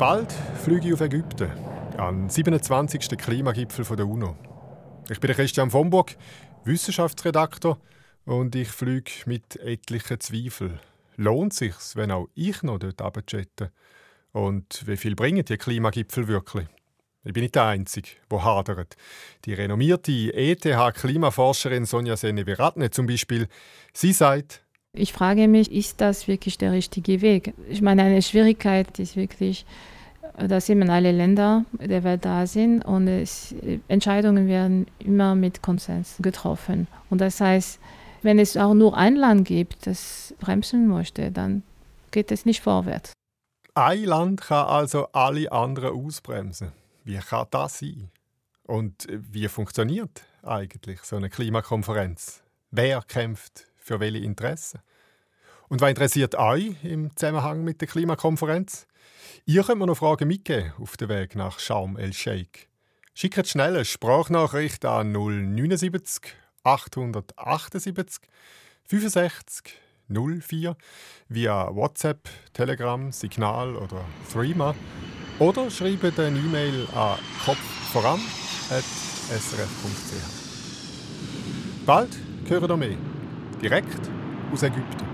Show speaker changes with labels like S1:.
S1: Bald fliege ich auf Ägypten, am 27. Klimagipfel der UNO. Ich bin Christian von Burg, Wissenschaftsredaktor, und ich fliege mit etlichen Zweifeln. Lohnt es sich, wenn auch ich noch dort runterjette? Und wie viel bringen die Klimagipfel wirklich? Ich bin nicht der Einzige, der hadert. Die renommierte ETH-Klimaforscherin Sonja Seneviratne zum Beispiel, sie sagt:
S2: Ich frage mich, ist das wirklich der richtige Weg? Ich meine, eine Schwierigkeit ist wirklich, dass eben alle Länder der Welt da sind und Entscheidungen werden immer mit Konsens getroffen. Und das heißt, wenn es auch nur ein Land gibt, das bremsen möchte, dann geht es nicht vorwärts.
S1: Ein Land kann also alle anderen ausbremsen. Wie kann das sein? Und wie funktioniert eigentlich so eine Klimakonferenz? Wer kämpft für welche Interessen? Und was interessiert euch im Zusammenhang mit der Klimakonferenz? Ihr könnt mir noch Fragen mitgeben auf dem Weg nach Sharm el-Sheikh. Schickt schnell eine Sprachnachricht an 079 878 65 04 via WhatsApp, Telegram, Signal oder Threema. Oder schreibt eine E-Mail an kopfvoran@srf.ch. Bald hören wir mehr. Direkt aus Ägypten.